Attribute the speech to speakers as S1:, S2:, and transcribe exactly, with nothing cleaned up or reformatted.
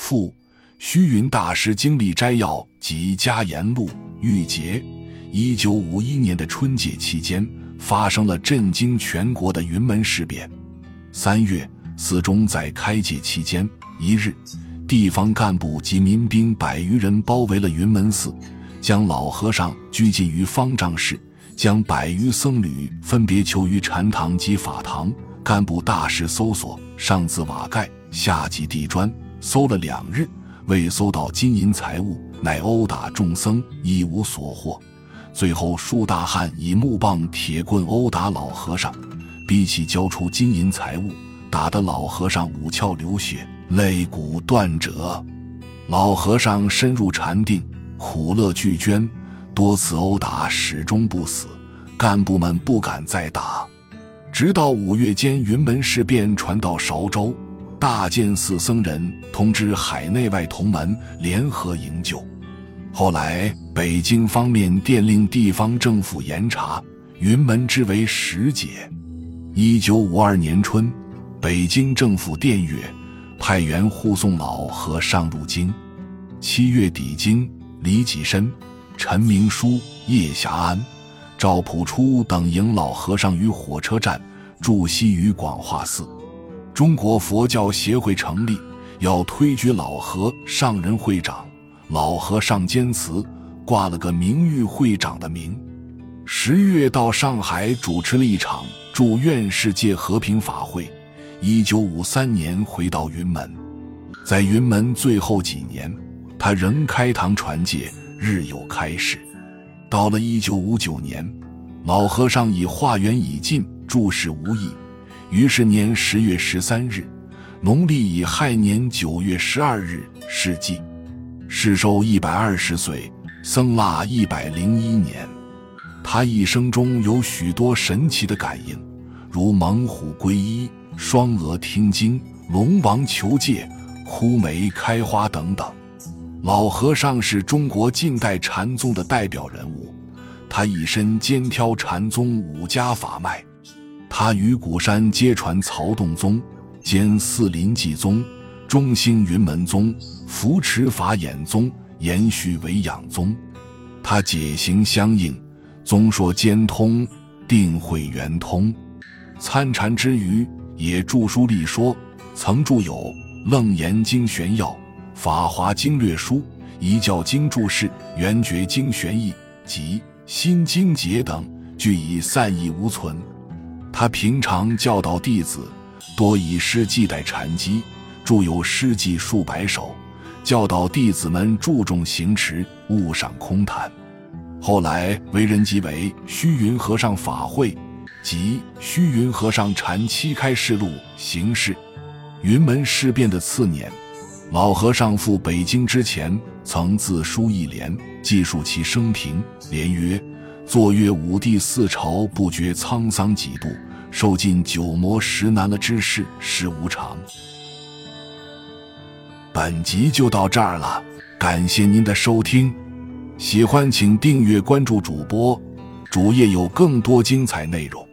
S1: 父虚云大师经历摘要及加言录玉节。一九五一年的春节期间，发生了震惊全国的云门事变。三月，寺中在开戒期间，一日，地方干部及民兵百余人包围了云门寺，将老和尚拘禁于方丈室，将百余僧侣分别囚于禅堂及法堂。干部大肆搜索，上自瓦盖，下及地砖，搜了两日，未搜到金银财物，乃殴打众僧，一无所获。最后数大汉以木棒铁棍殴打老和尚，逼其交出金银财物，打得老和尚五窍流血，肋骨断折。老和尚深入禅定，苦乐俱捐，多次殴打始终不死，干部们不敢再打。直到五月间，云门事变传到韶州，大建寺僧人通知海内外同门联合营救。后来北京方面电令地方政府严查，云门之为实解。一九五二年春，北京政府电阅，派员护送老和尚入京。七月抵京，李济深、陈明书、叶霞安、赵朴初等迎老和尚于火车站，驻西于广化寺。中国佛教协会成立，要推举老和尚任会长。老和尚坚持，挂了个名誉会长的名。十月到上海主持了一场祝愿世界和平法会。一九五三年回到云门，在云门最后几年，他仍开堂传戒，日有开示。到了一九五九年，老和尚以化缘已尽，住世无益。于是年十月十三日，农历乙亥年九月十二日逝祭。世寿一百二十岁，僧腊一百零一年。他一生中有许多神奇的感应，如猛虎归一、双鹅听经、龙王求戒、枯梅开花等等。老和尚是中国近代禅宗的代表人物，他一身兼挑禅宗五家法脉。他于鼓山接传曹洞宗，兼四临济宗，中兴云门宗，扶持法眼宗，延续为养宗。他解行相应，宗说兼通，定慧圆通。参禅之余，也著书立说，曾著有《楞严经玄要》《法华经略书》《一教经注释》《圆觉经玄义》及《心经解》等，俱已散佚无存。他平常教导弟子，多以诗记代禅机，著有诗记数百首，教导弟子们注重行持，勿上空谈。后来为人即为虚云和尚法会及虚云和尚禅七开示录行事。云门事变的次年，老和尚赴北京之前，曾自书一联，记述其生平，联曰：坐阅武帝四朝，不觉沧桑几度，受尽九磨十难了之事，实无常。本集就到这儿了，感谢您的收听，喜欢请订阅关注主播，主页有更多精彩内容。